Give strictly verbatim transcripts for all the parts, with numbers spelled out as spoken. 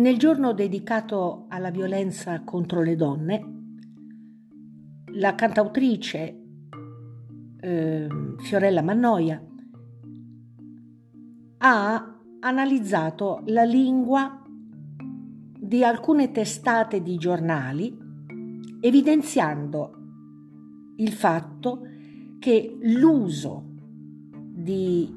Nel giorno dedicato alla violenza contro le donne, la cantautrice eh, Fiorella Mannoia ha analizzato la lingua di alcune testate di giornali, evidenziando il fatto che l'uso di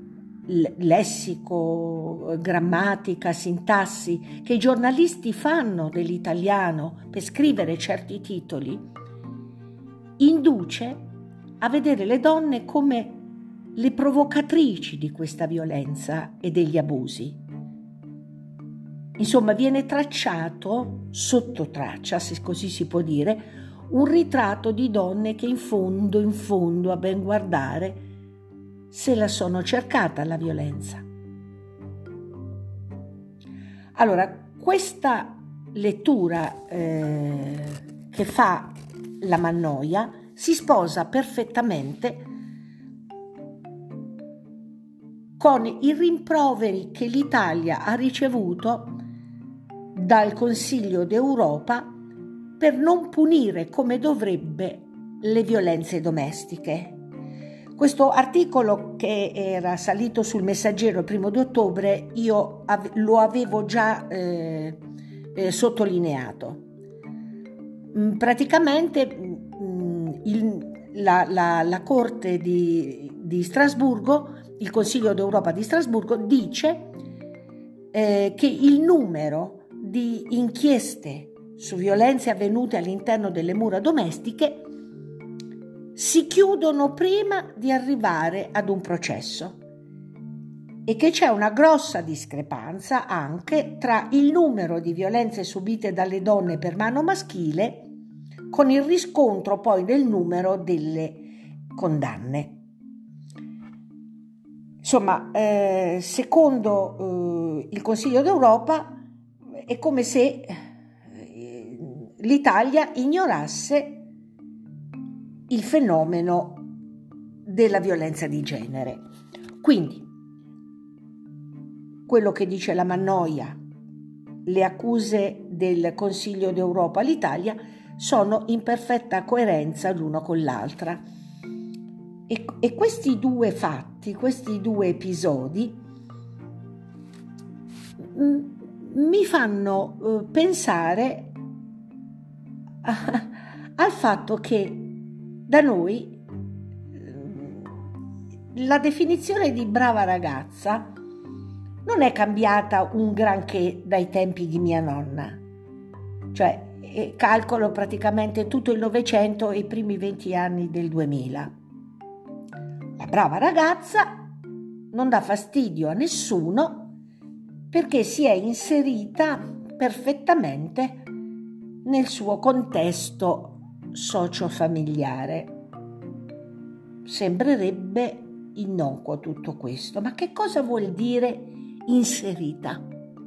lessico, grammatica, sintassi che i giornalisti fanno dell'italiano per scrivere certi titoli induce a vedere le donne come le provocatrici di questa violenza e degli abusi. Insomma, viene tracciato, sotto traccia, se così si può dire, un ritratto di donne che in fondo, in fondo, a ben guardare, se la sono cercata la violenza. Allora, questa lettura eh, che fa la Mannoia si sposa perfettamente con i rimproveri che l'Italia ha ricevuto dal Consiglio d'Europa per non punire come dovrebbe le violenze domestiche. Questo articolo, che era salito sul Messaggero il primo di ottobre, io ave- lo avevo già eh, eh, sottolineato. Mm, praticamente mm, il, la, la, la Corte di, di Strasburgo, il Consiglio d'Europa di Strasburgo, dice eh, che il numero di inchieste su violenze avvenute all'interno delle mura domestiche si chiudono prima di arrivare ad un processo e che c'è una grossa discrepanza anche tra il numero di violenze subite dalle donne per mano maschile con il riscontro poi del numero delle condanne. Insomma, eh, secondo eh, il Consiglio d'Europa è come se eh, l'Italia ignorasse il fenomeno della violenza di genere. Quindi, quello che dice la Mannoia, le accuse del Consiglio d'Europa all'Italia sono in perfetta coerenza l'uno con l'altra. E, e questi due fatti, questi due episodi m- mi fanno eh, pensare a, al fatto che da noi la definizione di brava ragazza non è cambiata un granché dai tempi di mia nonna, cioè calcolo praticamente tutto il Novecento e i primi venti anni del duemila. La brava ragazza non dà fastidio a nessuno perché si è inserita perfettamente nel suo contesto socio-familiare. Sembrerebbe innocuo tutto questo, ma che cosa vuol dire inserita?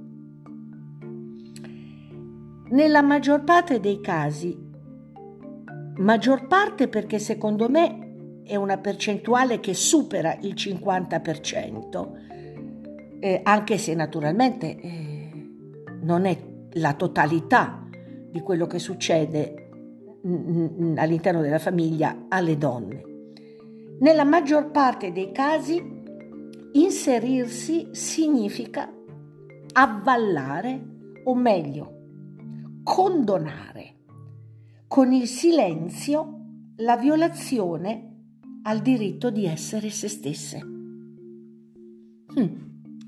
Nella maggior parte dei casi, maggior parte perché secondo me è una percentuale che supera il cinquanta per cento, eh, anche se naturalmente eh, non è la totalità di quello che succede all'interno della famiglia alle donne. Nella maggior parte dei casi inserirsi significa avvallare, o meglio, condonare con il silenzio la violazione al diritto di essere se stesse. Hmm.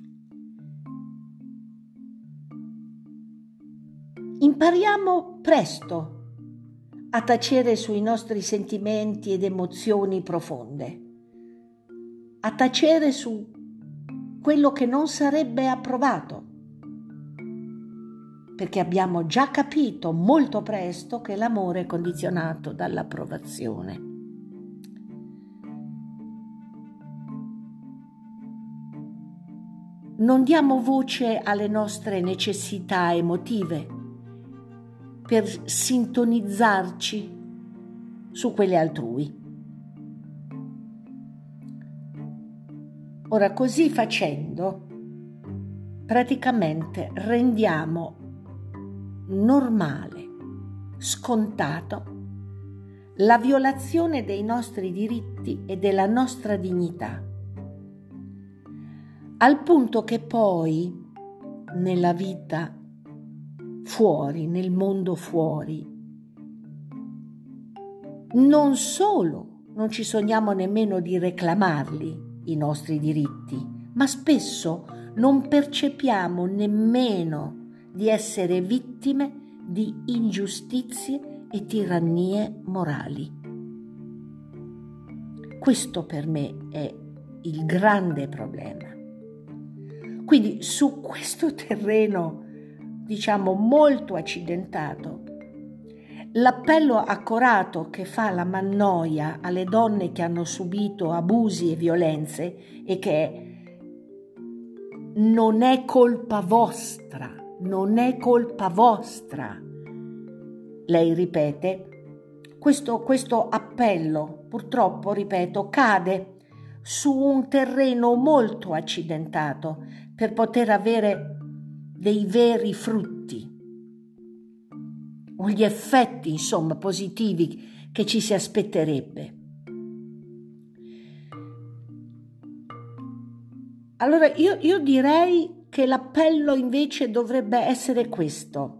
Impariamo presto a tacere sui nostri sentimenti ed emozioni profonde, a tacere su quello che non sarebbe approvato, perché abbiamo già capito molto presto che l'amore è condizionato dall'approvazione. Non diamo voce alle nostre necessità emotive per sintonizzarci su quelle altrui. Ora, così facendo, praticamente rendiamo normale, scontato, la violazione dei nostri diritti e della nostra dignità, al punto che poi nella vita fuori, nel mondo fuori, non solo non ci sogniamo nemmeno di reclamarli i nostri diritti, ma spesso non percepiamo nemmeno di essere vittime di ingiustizie e tirannie morali. Questo per me è il grande problema. Quindi su questo terreno, diciamo, molto accidentato, l'appello accorato che fa la Mannoia alle donne che hanno subito abusi e violenze e che non è colpa vostra, non è colpa vostra, lei ripete, questo, questo appello purtroppo, ripeto, cade su un terreno molto accidentato per poter avere dei veri frutti o gli effetti, insomma, positivi che ci si aspetterebbe. Allora io, io direi che l'appello invece dovrebbe essere questo: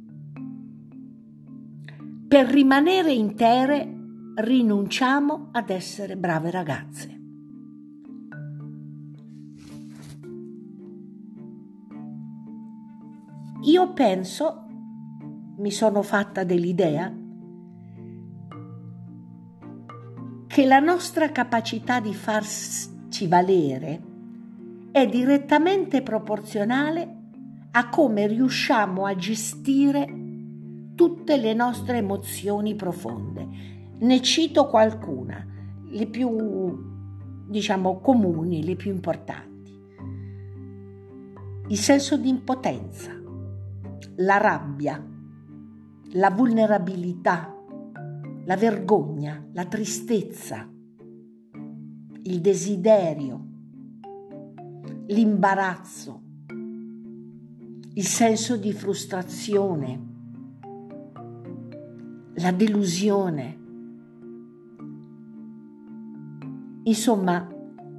per rimanere intere rinunciamo ad essere brave ragazze. Io penso, mi sono fatta dell'idea, che la nostra capacità di farci valere è direttamente proporzionale a come riusciamo a gestire tutte le nostre emozioni profonde. Ne cito qualcuna, le più, diciamo, comuni, le più importanti. Il senso di impotenza, la rabbia, la vulnerabilità, la vergogna, la tristezza, il desiderio, l'imbarazzo, il senso di frustrazione, la delusione. Insomma,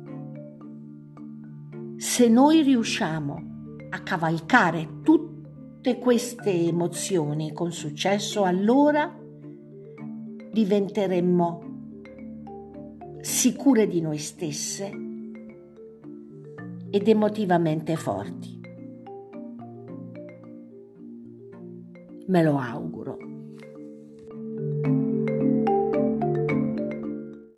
se noi riusciamo a cavalcare tutte queste emozioni con successo, allora diventeremmo sicure di noi stesse ed emotivamente forti. Me lo auguro.